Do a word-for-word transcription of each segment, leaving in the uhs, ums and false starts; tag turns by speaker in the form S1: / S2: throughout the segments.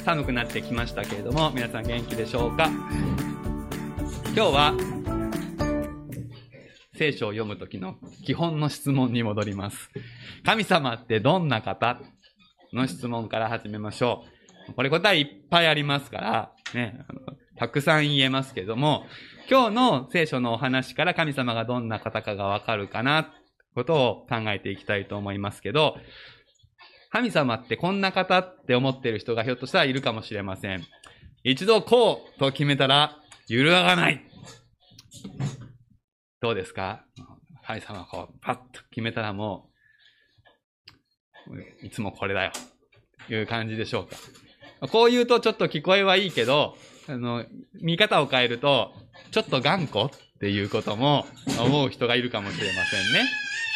S1: 寒くなってきましたけれども、皆さん元気でしょうか。今日は聖書を読むときの基本の質問に戻ります。神様ってどんな方の質問から始めましょう。これ答えいっぱいありますから、ね、あのたくさん言えますけれども、今日の聖書のお話から神様がどんな方かがわかるかな、ことを考えていきたいと思いますけど、神様ってこんな方って思っている人がひょっとしたらいるかもしれません。一度こうと決めたら揺るがない。どうですか？神様がこうパッと決めたらもういつもこれだよという感じでしょうか。こう言うとちょっと聞こえはいいけど、あの見方を変えるとちょっと頑固っていうことも思う人がいるかもしれませんね。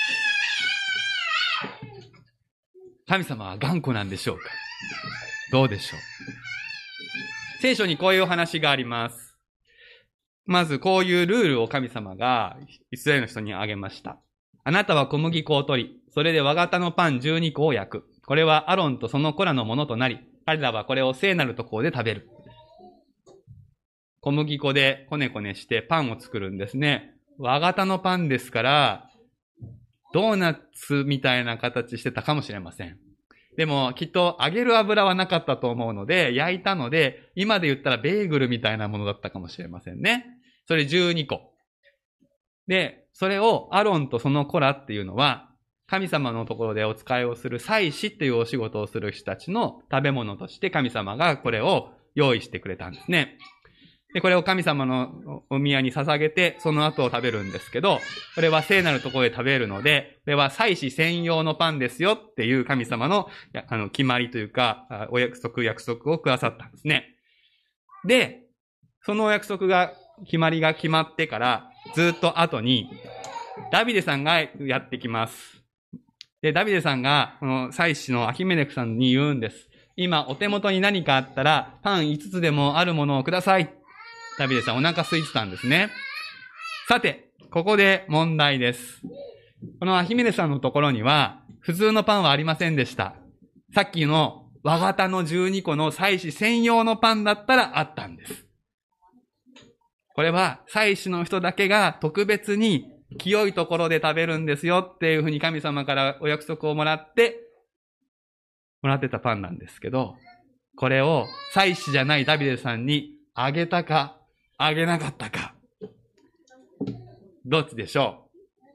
S1: 神様は頑固なんでしょうか？どうでしょう？聖書にこういうお話があります。まずこういうルールを神様がイスラエルの人にあげました。あなたは小麦粉を取り、それで和型のパンじゅうにこを焼く。これはアロンとその子らのものとなり、彼らはこれを聖なるところで食べる。小麦粉でこねこねしてパンを作るんですね。和型のパンですから、ドーナツみたいな形してたかもしれません。でもきっと揚げる油はなかったと思うので、焼いたので、今で言ったらベーグルみたいなものだったかもしれませんね。それじゅうにこ。で、それをアロンとその子らっていうのは、神様のところでお使いをする祭司っていうお仕事をする人たちの食べ物として神様がこれを用意してくれたんですね。で、これを神様のお宮に捧げて、その後を食べるんですけど、これは聖なるところで食べるので、これは祭司専用のパンですよっていう神様の、あの、決まりというか、お約束、約束をくださったんですね。で、そのお約束が、決まりが決まってから、ずっと後に、ダビデさんがやってきます。で、ダビデさんが、この祭司のアヒメネクさんに言うんです。今、お手元に何かあったら、パンいつつでもあるものをください。ダビデさんお腹空いてたんですね。さて、ここで問題です。このアヒメネさんのところには、普通のパンはありませんでした。さっきの和型のじゅうにこの祭司専用のパンだったらあったんです。これは祭司の人だけが特別に清いところで食べるんですよっていうふうに神様からお約束をもらって、もらってたパンなんですけど、これを祭司じゃないダビデさんにあげたか、あげなかったか。どっちでしょ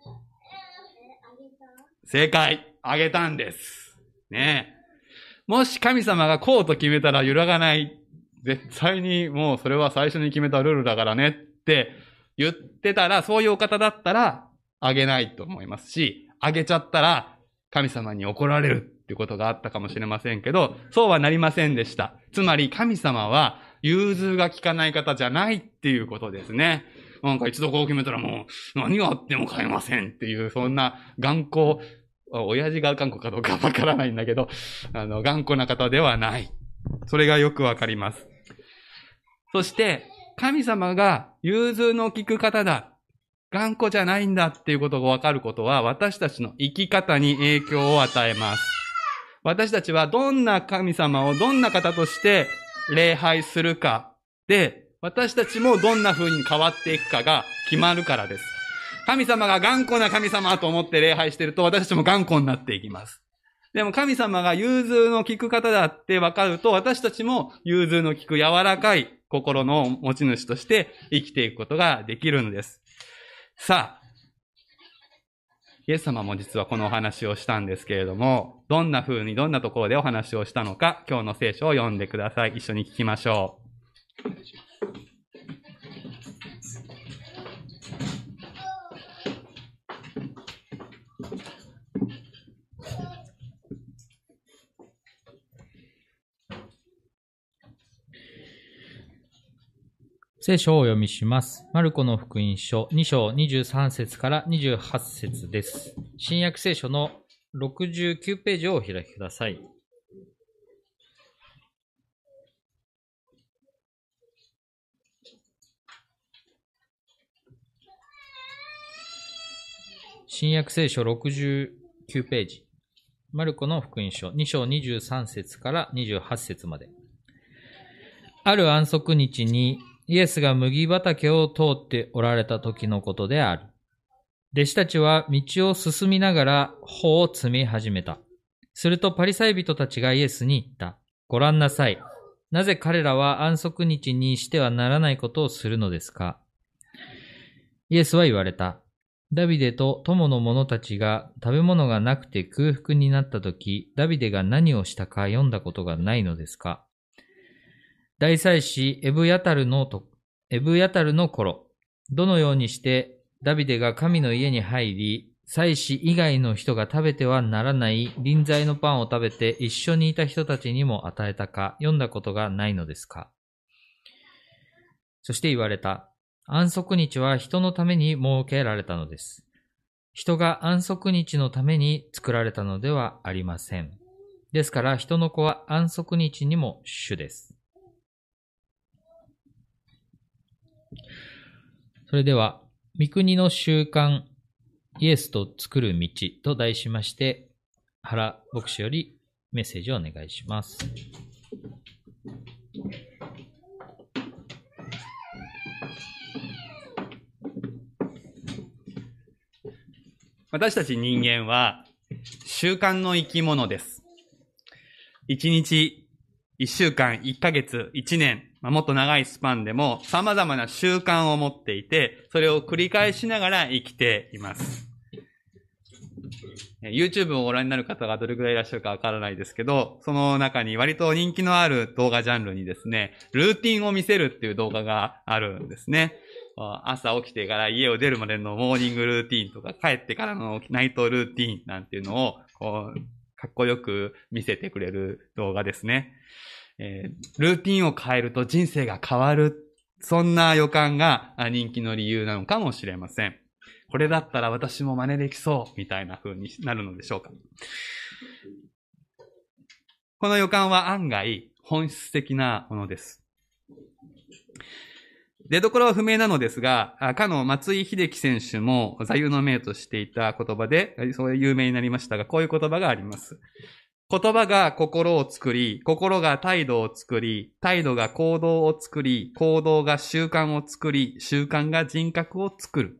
S1: う？正解。あげたんです。ねえ。もし神様がこうと決めたら揺らがない。絶対にもうそれは最初に決めたルールだからねって言ってたら、そういうお方だったらあげないと思いますし、あげちゃったら神様に怒られるっていうことがあったかもしれませんけど、そうはなりませんでした。つまり神様は融通が利かない方じゃないっていうことですね。なんか一度こう決めたらもう何があっても買えませんっていう、そんな頑固、親父が頑固かどうかわからないんだけど、あの、頑固な方ではない。それがよくわかります。そして、神様が融通の利く方だ。頑固じゃないんだっていうことがわかることは、私たちの生き方に影響を与えます。私たちはどんな神様をどんな方として礼拝するかで、私たちもどんな風に変わっていくかが決まるからです。神様が頑固な神様と思って礼拝していると、私たちも頑固になっていきます。でも神様が融通の利く方だって分かると、私たちも融通の利く柔らかい心の持ち主として生きていくことができるのです。さあ、イエス様も実はこのお話をしたんですけれども、どんな風にどんなところでお話をしたのか、今日の聖書を読んでください。一緒に聞きましょう。
S2: 聖書をお読みします。マルコの福音書に章にじゅうさん節からにじゅうはち節です。新約聖書のろくじゅうきゅうページをお開きください。新約聖書ろくじゅうきゅうページ。マルコの福音書に章にじゅうさん節からにじゅうはち節まで。 ある安息日にイエスが麦畑を通っておられた時のことである。弟子たちは道を進みながら穂を摘み始めた。するとパリサイ人たちがイエスに言った。ご覧なさい。なぜ彼らは安息日にしてはならないことをするのですか？イエスは言われた。ダビデと友の者たちが食べ物がなくて空腹になったとき、ダビデが何をしたか読んだことがないのですか？大祭司エブヤタルのと、エブヤタルの頃、どのようにしてダビデが神の家に入り、祭司以外の人が食べてはならない臨在のパンを食べて一緒にいた人たちにも与えたか読んだことがないのですか？そして言われた。安息日は人のために設けられたのです。人が安息日のために作られたのではありません。ですから人の子は安息日にも主です。それでは、御国の習慣、イエスと作る道と題しまして、原牧師よりメッセージをお願いします。
S1: 私たち人間は習慣の生き物です。一日、一週間、一ヶ月、一年、まあ、もっと長いスパンでも様々な習慣を持っていて、それを繰り返しながら生きています。YouTube をご覧になる方がどれくらいいらっしゃるかわからないですけど、その中に割と人気のある動画ジャンルにですね、ルーティンを見せるっていう動画があるんですね。朝起きてから家を出るまでのモーニングルーティンとか、帰ってからのナイトルーティンなんていうのを、こう、かっこよく見せてくれる動画ですね。えー、ルーティンを変えると人生が変わる。そんな予感が人気の理由なのかもしれません。これだったら私も真似できそう、みたいな風になるのでしょうか。この予感は案外本質的なものです。出所は不明なのですが、かの松井秀喜選手も座右の銘としていた言葉で、そういう有名になりましたが、こういう言葉があります。言葉が心を作り、心が態度を作り、態度が行動を作り、行動が習慣を作り、習慣が人格を作る。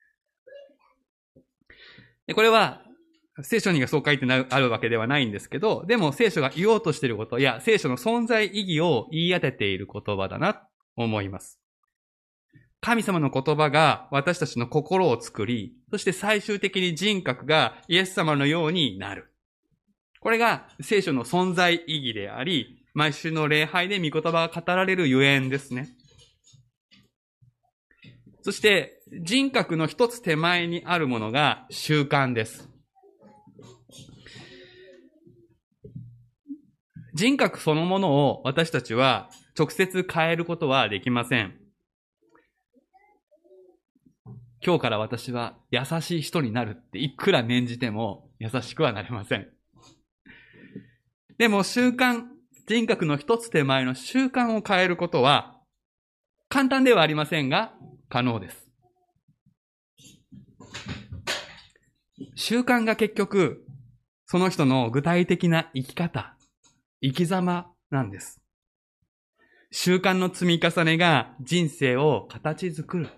S1: これは、聖書にそう書いてあるわけではないんですけど、でも聖書が言おうとしていること、いや、聖書の存在意義を言い当てている言葉だなと思います。神様の言葉が私たちの心を作り、そして最終的に人格がイエス様のようになる。これが聖書の存在意義であり、毎週の礼拝で御言葉が語られるゆえんですね。そして人格の一つ手前にあるものが習慣です。人格そのものを私たちは直接変えることはできません。今日から私は優しい人になるっていくら念じても優しくはなれません。でも習慣、人格の一つ手前の習慣を変えることは簡単ではありませんが可能です。習慣が結局その人の具体的な生き方、生き様なんです。習慣の積み重ねが人生を形作る。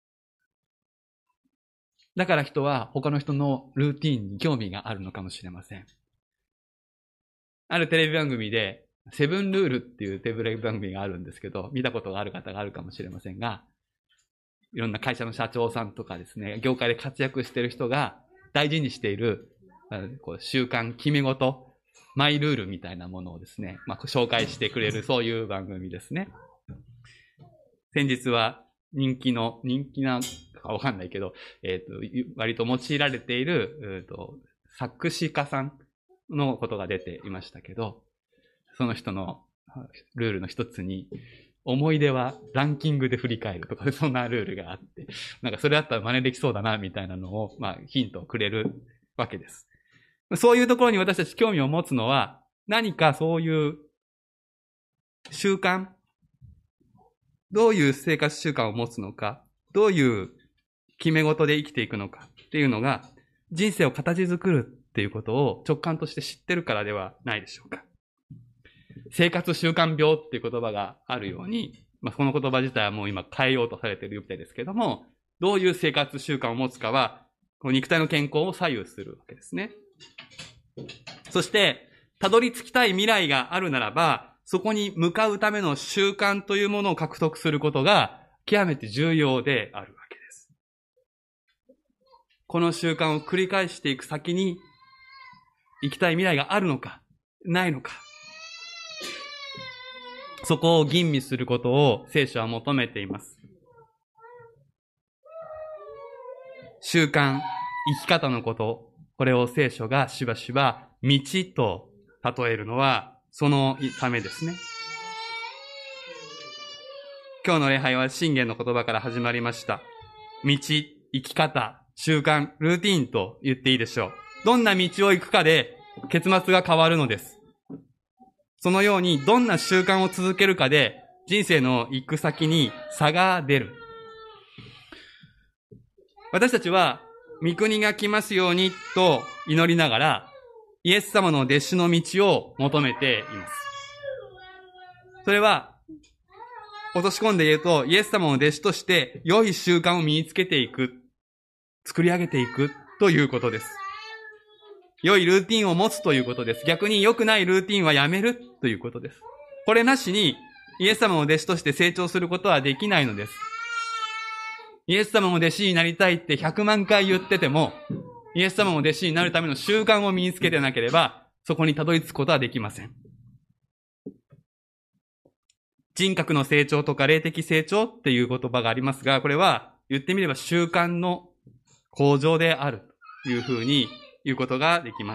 S1: だから人は他の人のルーティーンに興味があるのかもしれません。あるテレビ番組で、セブンルールっていうテレビ番組があるんですけど、見たことがある方があるかもしれませんが、いろんな会社の社長さんとかですね、業界で活躍している人が大事にしているこう習慣、決め事、マイルールみたいなものをですね、まあ、紹介してくれるそういう番組ですね。先日は人気の、人気な、わかんないけど、えっと、割と用いられている、えっと、作詞家さんのことが出ていましたけど、その人のルールの一つに、思い出はランキングで振り返るとか、そんなルールがあって、なんかそれだったら真似できそうだな、みたいなのを、まあ、ヒントをくれるわけです。そういうところに私たち興味を持つのは、何かそういう習慣、どういう生活習慣を持つのか、どういう決め事で生きていくのかっていうのが、人生を形作るっていうことを直感として知ってるからではないでしょうか。 生活習慣病っていう言葉があるように、まあ、この言葉自体はもう今変えようとされているみたいですけども、どういう生活習慣を持つかは、この肉体の健康を左右するわけですね。そして、たどり着きたい未来があるならば、そこに向かうための習慣というものを獲得することが極めて重要であるわけです。この習慣を繰り返していく先に、行きたい未来があるのか、ないのか。そこを吟味することを聖書は求めています。習慣、生き方のこと、これを聖書がしばしば道と例えるのはそのためですね。今日の礼拝は箴言の言葉から始まりました。道、生き方、習慣、ルーティーンと言っていいでしょう。どんな道を行くかで結末が変わるのです。そのようにどんな習慣を続けるかで人生の行く先に差が出る。私たちは御国が来ますようにと祈りながらイエス様の弟子の道を求めています。それは落とし込んで言うとイエス様の弟子として良い習慣を身につけていく、作り上げていくということです。良いルーティンを持つということです。逆に良くないルーティンはやめるということです。これなしにイエス様の弟子として成長することはできないのです。イエス様の弟子になりたいってひゃくまんかい言ってても、イエス様の弟子になるための習慣を身につけてなければ、そこにたどり着くことはできません。人格の成長とか霊的成長っていう言葉がありますが、これは言ってみれば習慣の向上であるというふうに言うことができます。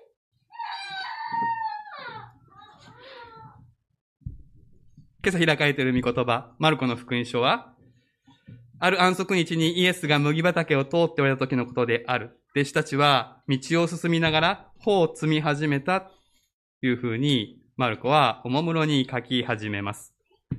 S1: 今朝開かれている御言葉、マルコの福音書は、ある安息日にイエスが麦畑を通っておられた時のことである。弟子たちは道を進みながら穂を摘み始めたというふうに、マルコはおもむろに書き始めます。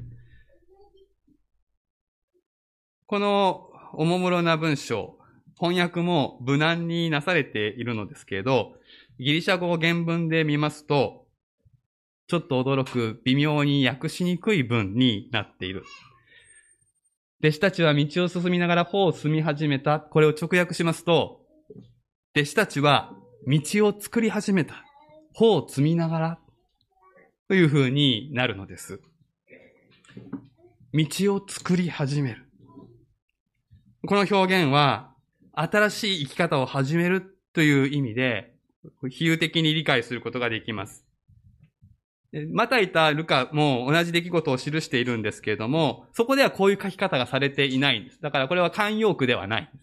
S1: このおもむろな文章、翻訳も無難になされているのですけれど、ギリシャ語原文で見ますと、ちょっと驚く微妙に訳しにくい文になっている。弟子たちは道を進みながら穂を摘み始めた。これを直訳しますと、弟子たちは道を作り始めた。穂を摘みながらというふうになるのです。道を作り始める。この表現は新しい生き方を始めるという意味で比喩的に理解することができます。マタイとルカも同じ出来事を記しているんですけれども、そこではこういう書き方がされていないんです。だからこれは慣用句ではないんです。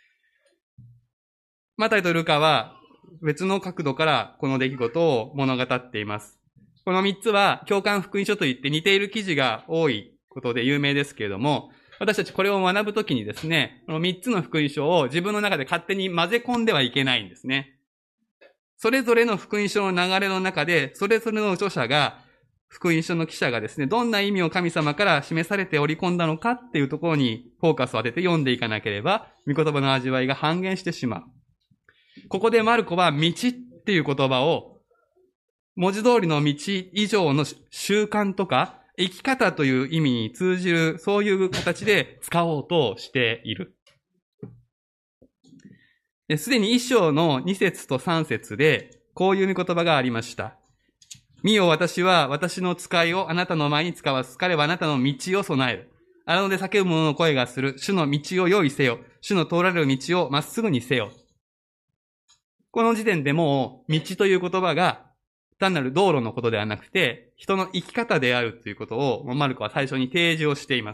S1: マタイとルカは別の角度からこの出来事を物語っています。この三つは共感福音書といって似ている記事が多いことで有名ですけれども、私たちこれを学ぶときにですね、この三つの福音書を自分の中で勝手に混ぜ込んではいけないんですね。それぞれの福音書の流れの中で、それぞれの著者が、福音書の記者がですね、どんな意味を神様から示されて織り込んだのかっていうところにフォーカスを当てて読んでいかなければ、御言葉の味わいが半減してしまう。ここでマルコは道っていう言葉を、文字通りの道以上の習慣とか、生き方という意味に通じる、そういう形で使おうとしている。すでに一章の二節と三節で、こういう言葉がありました。見よ、私は私の使いをあなたの前に使わす。彼はあなたの道を備える。荒野で叫ぶ者の声がする。主の道を用意せよ。主の通られる道をまっすぐにせよ。この時点でもう、道という言葉が、単なる道路のことではなくて、人の生き方であるということを、マルコは最初に提示をしています。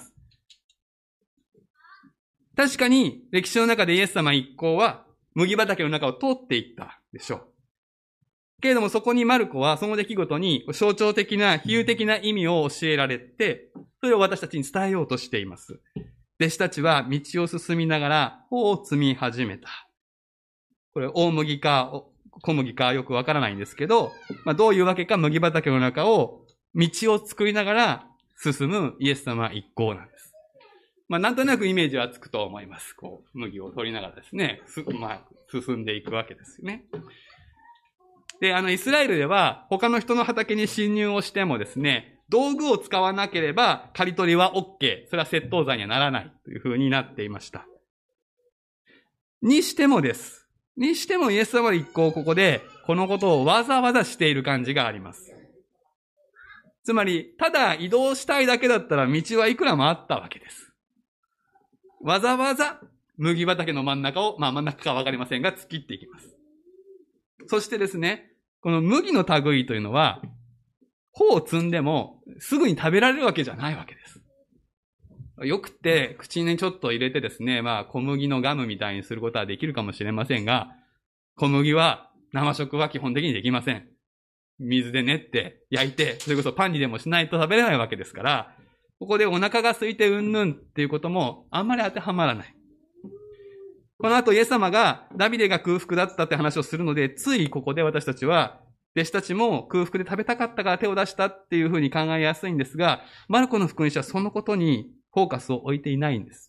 S1: 確かに、歴史の中でイエス様一行は、麦畑の中を通っていったでしょう。けれどもそこにマルコはその出来事に象徴的な比喩的な意味を教えられて、それを私たちに伝えようとしています。弟子たちは道を進みながら穂を摘み始めた。これ大麦か小麦かよくわからないんですけど、まあ、どういうわけか麦畑の中を道を作りながら進むイエス様一行なんです。まあ、なんとなくイメージはつくと思います。こう、麦を取りながらですね、すまあ、進んでいくわけですよね。 で、あの、イスラエルでは、他の人の畑に侵入をしてもですね、道具を使わなければ、刈り取りは OK。それは窃盗罪にはならない。という風になっていました。にしてもです。にしてもイエス様は一行ここで、このことをわざわざしている感じがあります。つまり、ただ移動したいだけだったら道はいくらもあったわけです。わざわざ麦畑の真ん中を、まあ真ん中かわかりませんが、突っ切っていきます。そしてですね、この麦の類というのは、穂を摘んでもすぐに食べられるわけじゃないわけです。よくって口にちょっと入れてですね、まあ小麦のガムみたいにすることはできるかもしれませんが、小麦は生食は基本的にできません。水で練って焼いて、それこそパンにでもしないと食べれないわけですから、ここでお腹が空いてうんぬんっていうこともあんまり当てはまらない。この後イエス様がダビデが空腹だったって話をするので、ついここで私たちは弟子たちも空腹で食べたかったから手を出したっていうふうに考えやすいんですが、マルコの福音書はそのことにフォーカスを置いていないんです。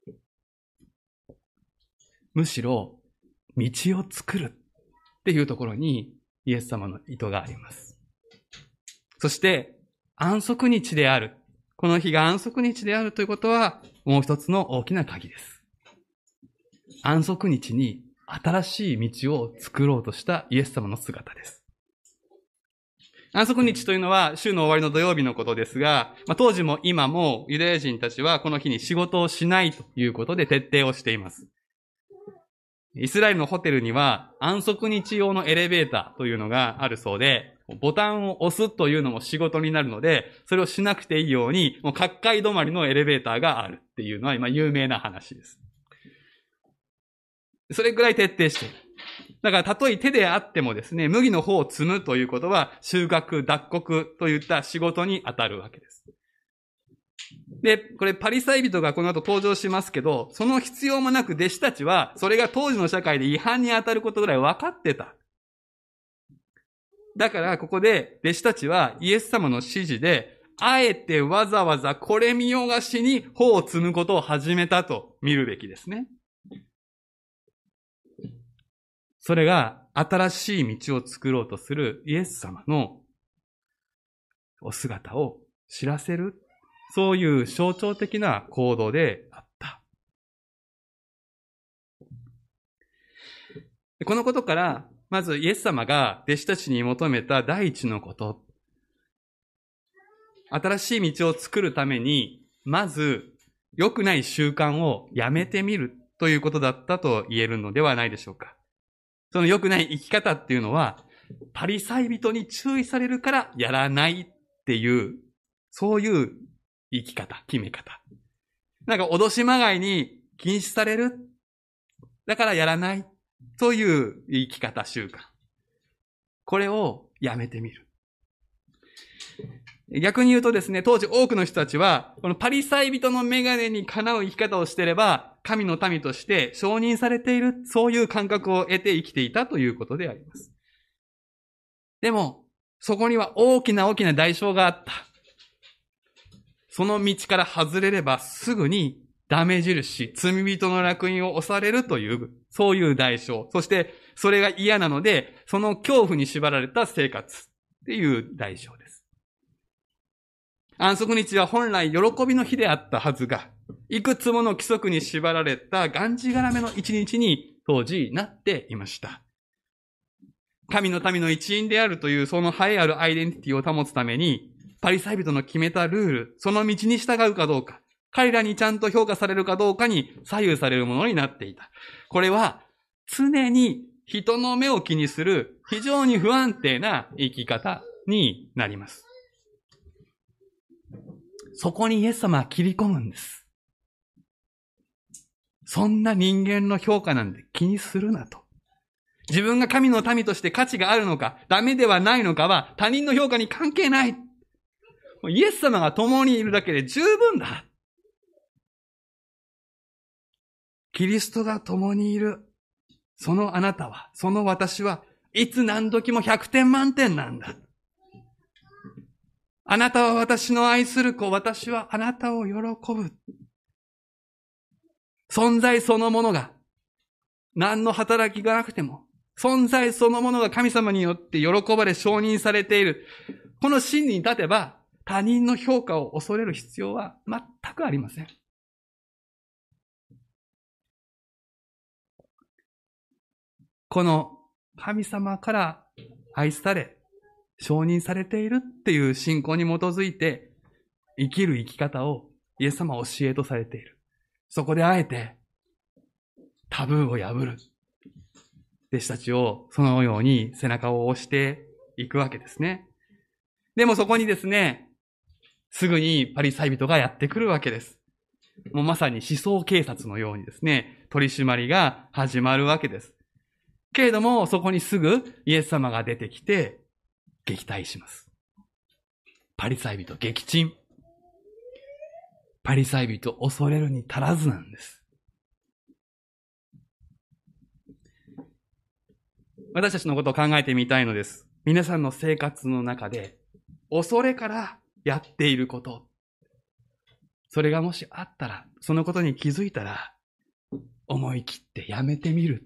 S1: むしろ道を作るっていうところにイエス様の意図があります。そして安息日である。この日が安息日であるということはもう一つの大きな鍵です。安息日に新しい道を作ろうとしたイエス様の姿です。安息日というのは週の終わりの土曜日のことですが、まあ、当時も今もユダヤ人たちはこの日に仕事をしないということで徹底をしています。イスラエルのホテルには安息日用のエレベーターというのがあるそうで、ボタンを押すというのも仕事になるので、それをしなくていいように、もう各階止まりのエレベーターがあるっていうのは今有名な話です。それぐらい徹底している。だから、たとえ手であってもですね、麦の方を摘むということは、収穫、脱穀といった仕事に当たるわけです。で、これパリサイ人がこの後登場しますけど、その必要もなく弟子たちは、それが当時の社会で違反に当たることぐらい分かってた。だから、ここで弟子たちはイエス様の指示で、あえてわざわざこれ見よがしに方を摘むことを始めたと見るべきですね。それが新しい道を作ろうとするイエス様のお姿を知らせる、そういう象徴的な行動であった。このことから、まずイエス様が弟子たちに求めた第一のこと。新しい道を作るために、まず良くない習慣をやめてみるということだったと言えるのではないでしょうか。その良くない生き方っていうのは、パリサイ人に注意されるからやらないっていう、そういう生き方、決め方。なんか脅しまがいに禁止される。だからやらない。そういう生き方、習慣。これをやめてみる。逆に言うとですね、当時多くの人たちは、このパリサイ人のメガネにかなう生き方をしていれば、神の民として承認されている、そういう感覚を得て生きていたということであります。でも、そこには大きな大きな代償があった。その道から外れればすぐにダメ印、罪人の烙印を押されるという、そういう代償。そして、それが嫌なので、その恐怖に縛られた生活っていう代償です。安息日は本来喜びの日であったはずが、いくつもの規則に縛られたがんじがらめの一日に当時なっていました。神の民の一員であるというその栄えあるアイデンティティを保つために、パリサイ人の決めたルール、その道に従うかどうか、彼らにちゃんと評価されるかどうかに左右されるものになっていた。これは常に人の目を気にする非常に不安定な生き方になります。そこにイエス様は切り込むんです。そんな人間の評価なんて気にするなと。自分が神の民として価値があるのか、ダメではないのかは他人の評価に関係ない。イエス様が共にいるだけで十分だ。キリストが共にいる。そのあなたは、その私はいつ何時もひゃくてん満点なんだ。あなたは私の愛する子、私はあなたを喜ぶ。存在そのものが何の働きがなくても存在そのものが神様によって喜ばれ承認されている。この真理に立てば、他人の評価を恐れる必要は全くありません。この神様から愛され、承認されているっていう信仰に基づいて、生きる生き方をイエス様は教えとされている。そこであえて、タブーを破る。弟子たちをそのように背中を押していくわけですね。でもそこにですね、すぐにパリサイ人がやってくるわけです。もうまさに思想警察のようにですね、取り締まりが始まるわけです。けれども、そこにすぐイエス様が出てきて、撃退します。パリサイ人撃沈。パリサイ人恐れるに足らずなんです。私たちのことを考えてみたいのです。皆さんの生活の中で、恐れからやっていること。それがもしあったら、そのことに気づいたら、思い切ってやめてみる。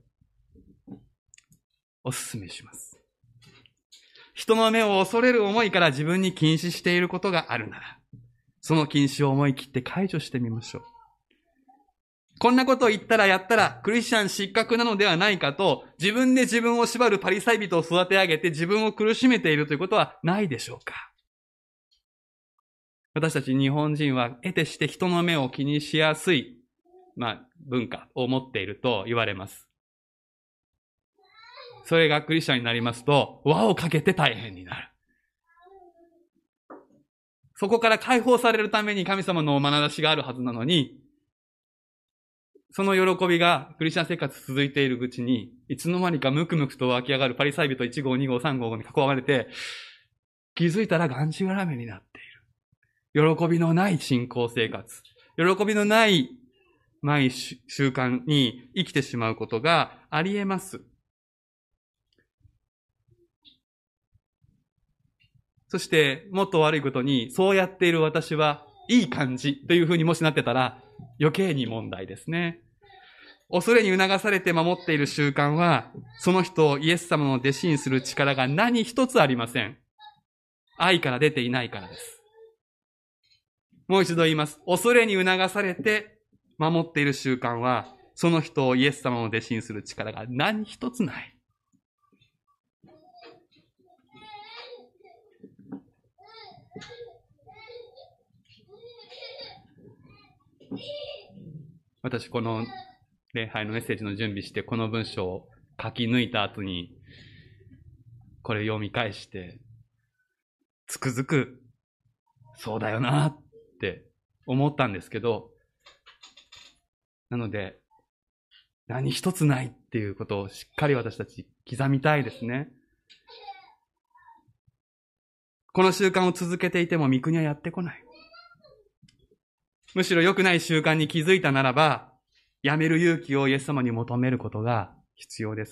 S1: お勧めします。人の目を恐れる思いから自分に禁止していることがあるなら、その禁止を思い切って解除してみましょう。こんなことを言ったらやったらクリスチャン失格なのではないかと、自分で自分を縛るパリサイ人を育て上げて自分を苦しめているということはないでしょうか。私たち日本人は得てして人の目を気にしやすい、まあ、文化を持っていると言われます。それがクリスチャンになりますと、輪をかけて大変になる。そこから解放されるために神様の眼差しがあるはずなのに、その喜びがクリスチャン生活続いているうちに、いつの間にかムクムクと湧き上がるパリサイ人いち号、に号、さん号に囲まれて、気づいたらがんじがらめになっている。喜びのない信仰生活、喜びのない毎習慣に生きてしまうことがあり得ます。そして、もっと悪いことに、そうやっている私はいい感じというふうにもしなってたら、余計に問題ですね。恐れに促されて守っている習慣は、その人をイエス様の弟子にする力が何一つありません。愛から出ていないからです。もう一度言います。恐れに促されて守っている習慣は、その人をイエス様の弟子にする力が何一つない。私、この礼拝のメッセージの準備して、この文章を書き抜いた後に、これ読み返して、つくづく、そうだよなって思ったんですけど、なので、何一つないっていうことをしっかり私たち刻みたいですね。この習慣を続けていても御国はやってこない。むしろ良くない習慣に気づいたならば、やめる勇気をイエス様に求めることが必要です。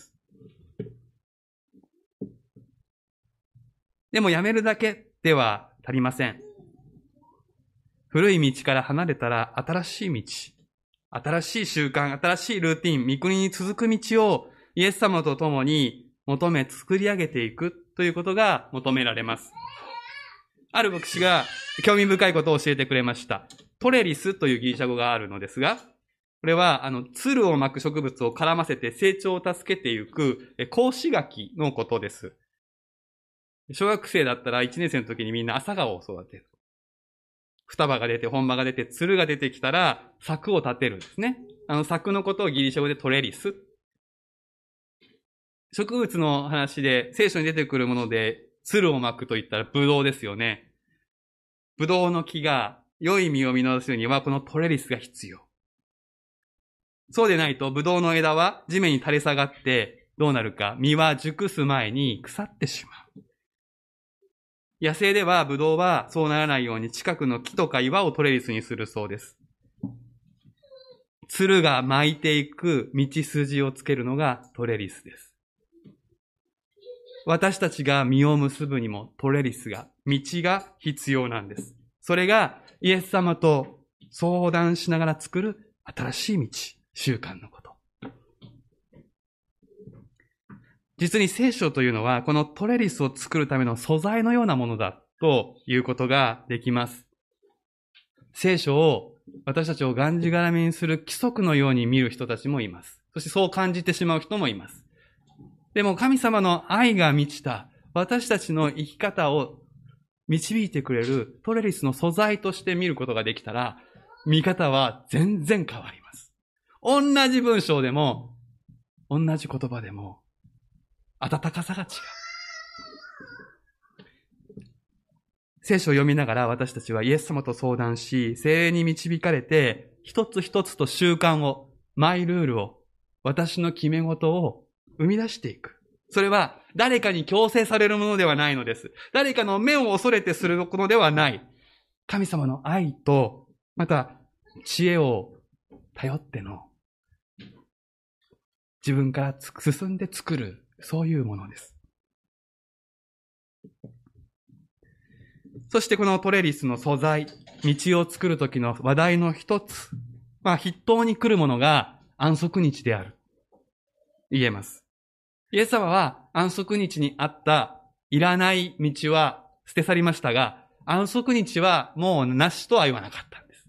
S1: でもやめるだけでは足りません。古い道から離れたら新しい道、新しい習慣、新しいルーティン、御国に続く道をイエス様と共に求め作り上げていくということが求められます。ある牧師が興味深いことを教えてくれました。トレリスというギリシャ語があるのですが、これは、あの、蔓を巻く植物を絡ませて成長を助けていく、格子垣のことです。小学生だったらいちねん生の時にみんな朝顔を育てる。双葉が出て、本葉が出て、蔓が出てきたら、柵を立てるんですね。あの柵のことをギリシャ語でトレリス。植物の話で、聖書に出てくるもので、蔓を巻くと言ったらブドウですよね。ブドウの木が良い実を実らせるには、このトレリスが必要。そうでないと、ブドウの枝は地面に垂れ下がって、どうなるか、実は熟す前に腐ってしまう。野生ではブドウはそうならないように近くの木とか岩をトレリスにするそうです。蔓が巻いていく道筋をつけるのがトレリスです。私たちが実を結ぶにもトレリスが、道が必要なんです。それがイエス様と相談しながら作る新しい道、習慣のこと。 実に聖書というのは、このトレリスを作るための素材のようなものだということができます。聖書を私たちをがんじがらめにする規則のように見る人たちもいます。そしてそう感じてしまう人もいます。でも神様の愛が満ちた私たちの生き方を導いてくれるトレリスの素材として見ることができたら、見方は全然変わります。同じ文章でも、同じ言葉でも、温かさが違う。聖書を読みながら私たちはイエス様と相談し、聖霊に導かれて、一つ一つと習慣を、マイルールを、私の決め事を生み出していく。それは誰かに強制されるものではないのです。誰かの目を恐れてするのではない。神様の愛と、また知恵を頼っての、自分から進んで作る、そういうものです。そしてこのトレリスの素材、道を作るときの話題の一つ、まあ筆頭に来るものが安息日である。言えます。イエス様は安息日にあったいらない道は捨て去りましたが、安息日はもうなしとは言わなかったんです。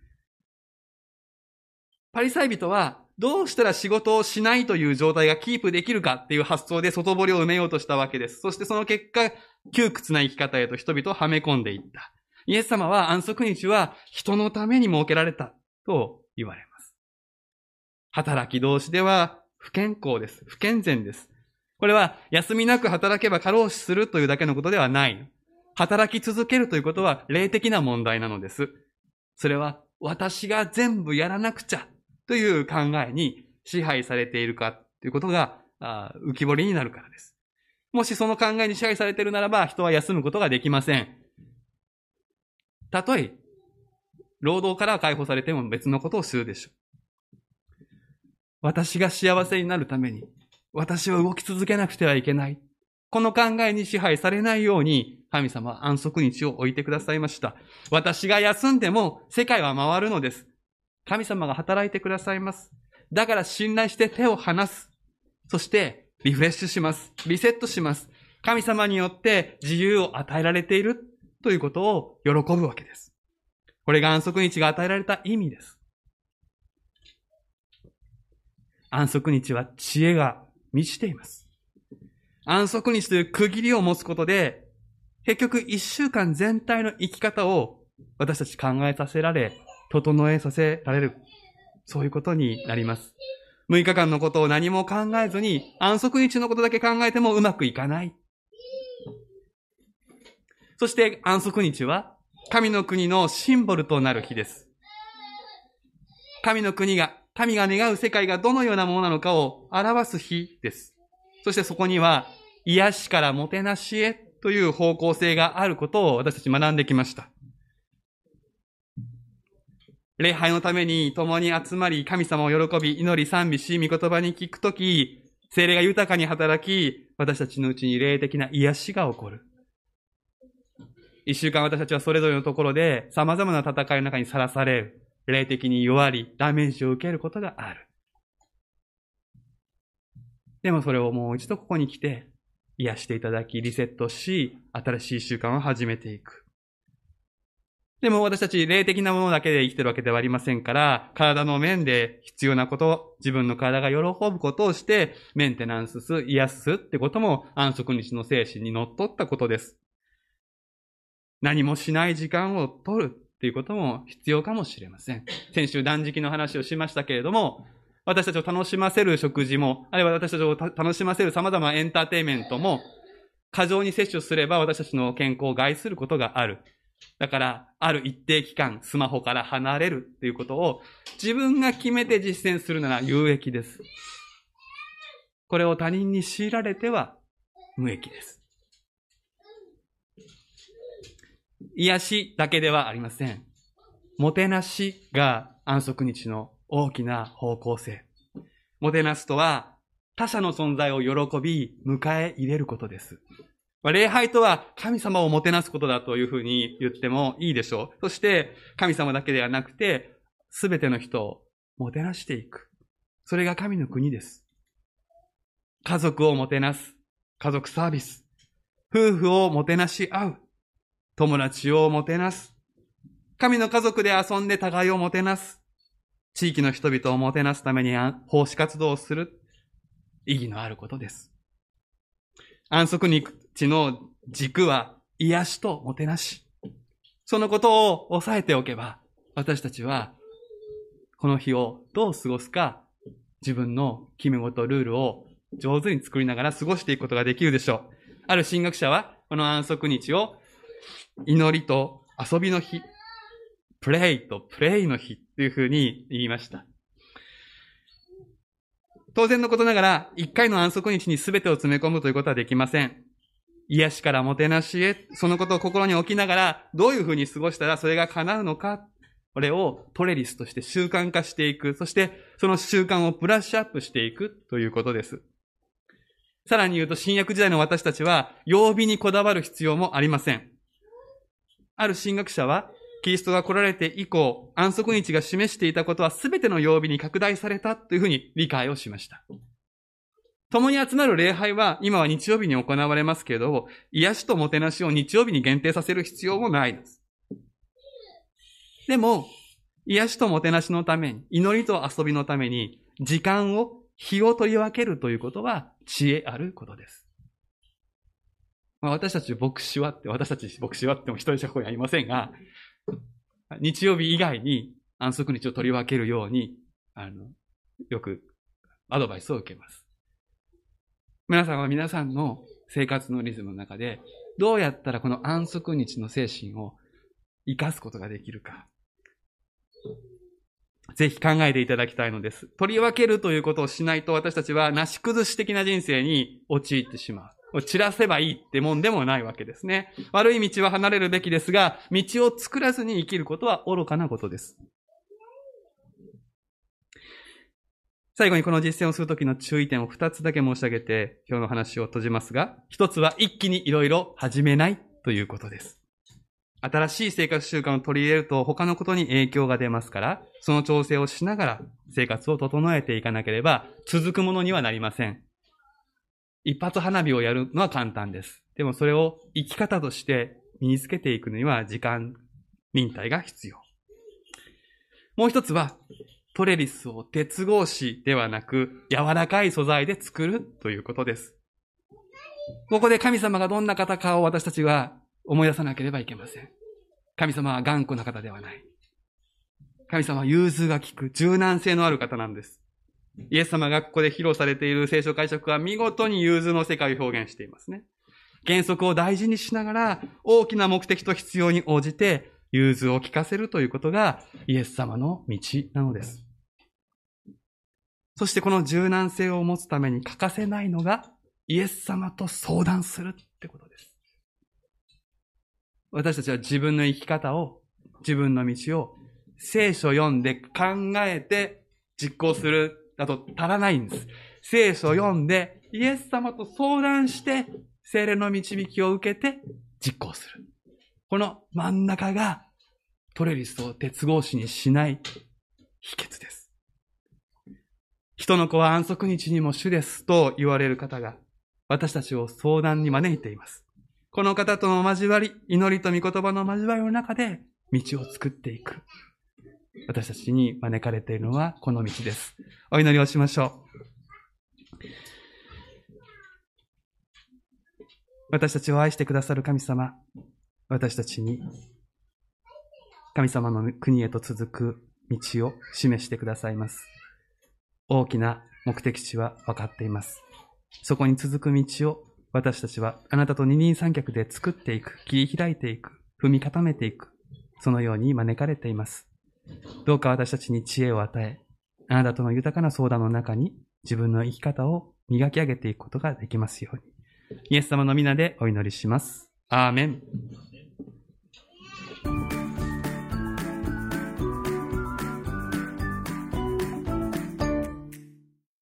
S1: パリサイ人はどうしたら仕事をしないという状態がキープできるかっていう発想で外堀を埋めようとしたわけです。そしてその結果、窮屈な生き方へと人々をはめ込んでいった。イエス様は安息日は人のために設けられたと言われます。働き同士では不健康です。不健全です。これは休みなく働けば過労死するというだけのことではない。働き続けるということは霊的な問題なのです。それは私が全部やらなくちゃという考えに支配されているかということが浮き彫りになるからです。もしその考えに支配されているならば人は休むことができません。たとえ労働から解放されても別のことをするでしょう。私が幸せになるために私は動き続けなくてはいけない。この考えに支配されないように神様は安息日を置いてくださいました。私が休んでも世界は回るのです。神様が働いてくださいます。だから信頼して手を離す。そしてリフレッシュします。リセットします。神様によって自由を与えられているということを喜ぶわけです。これが安息日が与えられた意味です。安息日は知恵が満ちています。安息日という区切りを持つことで、結局一週間全体の生き方を私たち考えさせられ、整えさせられる。そういうことになります。むいかかんのことを何も考えずに、安息日のことだけ考えてもうまくいかない。そして安息日は、神の国のシンボルとなる日です。神の国が、神が願う世界がどのようなものなのかを表す日です。そしてそこには、癒しからもてなしへという方向性があることを私たち学んできました。礼拝のために共に集まり、神様を喜び、祈り賛美し、御言葉に聞くとき、聖霊が豊かに働き、私たちのうちに霊的な癒しが起こる。一週間私たちはそれぞれのところで様々な戦いの中にさらされる。霊的に弱り、ダメージを受けることがある。でもそれをもう一度ここに来て、癒していただき、リセットし、新しい習慣を始めていく。でも私たち霊的なものだけで生きてるわけではありませんから、体の面で必要なこと、自分の体が喜ぶことをして、メンテナンスす、癒すってことも安息日の精神にのっとったことです。何もしない時間を取るっていうことも必要かもしれません。先週断食の話をしましたけれども、私たちを楽しませる食事も、あるいは私たちを楽しませる様々なエンターテインメントも、過剰に摂取すれば私たちの健康を害することがある。だから、ある一定期間、スマホから離れるということを自分が決めて実践するなら有益です。これを他人に強いられては無益です。癒しだけではありません。もてなしが安息日の大きな方向性。もてなすとは他者の存在を喜び迎え入れることです。礼拝とは神様をもてなすことだというふうに言ってもいいでしょう。そして神様だけではなくてすべての人をもてなしていく。それが神の国です。 家族をもてなす、家族サービス、夫婦をもてなし合う、友達をもてなす、神の家族で遊んで互いをもてなす、地域の人々をもてなすために奉仕活動をする、意義のあることです。安息日の軸は癒しともてなし。そのことを押さえておけば、私たちはこの日をどう過ごすか、自分の決め事、ルールを上手に作りながら過ごしていくことができるでしょう。ある神学者は、この安息日を祈りと遊びの日、プレイとプレイの日というふうに言いました。当然のことながら、一回の安息日に全てを詰め込むということはできません。癒しからもてなしへ、そのことを心に置きながら、どういうふうに過ごしたらそれが叶うのか、これをトレリスとして習慣化していく、そしてその習慣をブラッシュアップしていくということです。さらに言うと、新約時代の私たちは、曜日にこだわる必要もありません。ある神学者は、キリストが来られて以降、安息日が示していたことは全ての曜日に拡大されたというふうに理解をしました。共に集まる礼拝は今は日曜日に行われますけれど、癒しともてなしを日曜日に限定させる必要もないです。でも、癒しともてなしのために、祈りと遊びのために、時間を、日を取り分けるということは知恵あることです。まあ、私たち牧師はって、私たち牧師はっても一人しかここにはいませんが、日曜日以外に安息日を取り分けるように、あの、よくアドバイスを受けます。皆さんは皆さんの生活のリズムの中で、どうやったらこの安息日の精神を生かすことができるか。ぜひ考えていただきたいのです。取り分けるということをしないと私たちはなし崩し的な人生に陥ってしまう。散らせばいいってもんでもないわけですね。悪い道は離れるべきですが、道を作らずに生きることは愚かなことです。最後にこの実践をするときの注意点を二つだけ申し上げて、今日の話を閉じますが、一つは一気にいろいろ始めないということです。新しい生活習慣を取り入れると他のことに影響が出ますから、その調整をしながら生活を整えていかなければ続くものにはなりません。一発花火をやるのは簡単です。でもそれを生き方として身につけていくには時間、忍耐が必要。もう一つは、トレリスを鉄格子ではなく柔らかい素材で作るということです。ここで神様がどんな方かを私たちは思い出さなければいけません。神様は頑固な方ではない。神様は融通が利く、柔軟性のある方なんです。イエス様がここで披露されている聖書解釈は見事に融通の世界を表現していますね。原則を大事にしながら大きな目的と必要に応じて融通を利かせるということがイエス様の道なのです。そしてこの柔軟性を持つために欠かせないのがイエス様と相談するってことです。私たちは自分の生き方を、自分の道を聖書を読んで考えて実行するだと足らないんです。聖書を読んでイエス様と相談して聖霊の導きを受けて実行する。この真ん中がトレリスを鉄格子にしない秘訣です。人の子は安息日にも主ですと言われる方が私たちを相談に招いています。この方との交わり、祈りと御言葉の交わりの中で道を作っていく。私たちに招かれているのはこの道です。お祈りをしましょう。私たちを愛してくださる神様、私たちに神様の国へと続く道を示してくださいます。大きな目的地は分かっています。そこに続く道を私たちはあなたと二人三脚で作っていく、切り開いていく、踏み固めていく、そのように招かれています。どうか私たちに知恵を与え、あなたとの豊かな相談の中に自分の生き方を磨き上げていくことができますように。イエス様の皆でお祈りします。アーメン。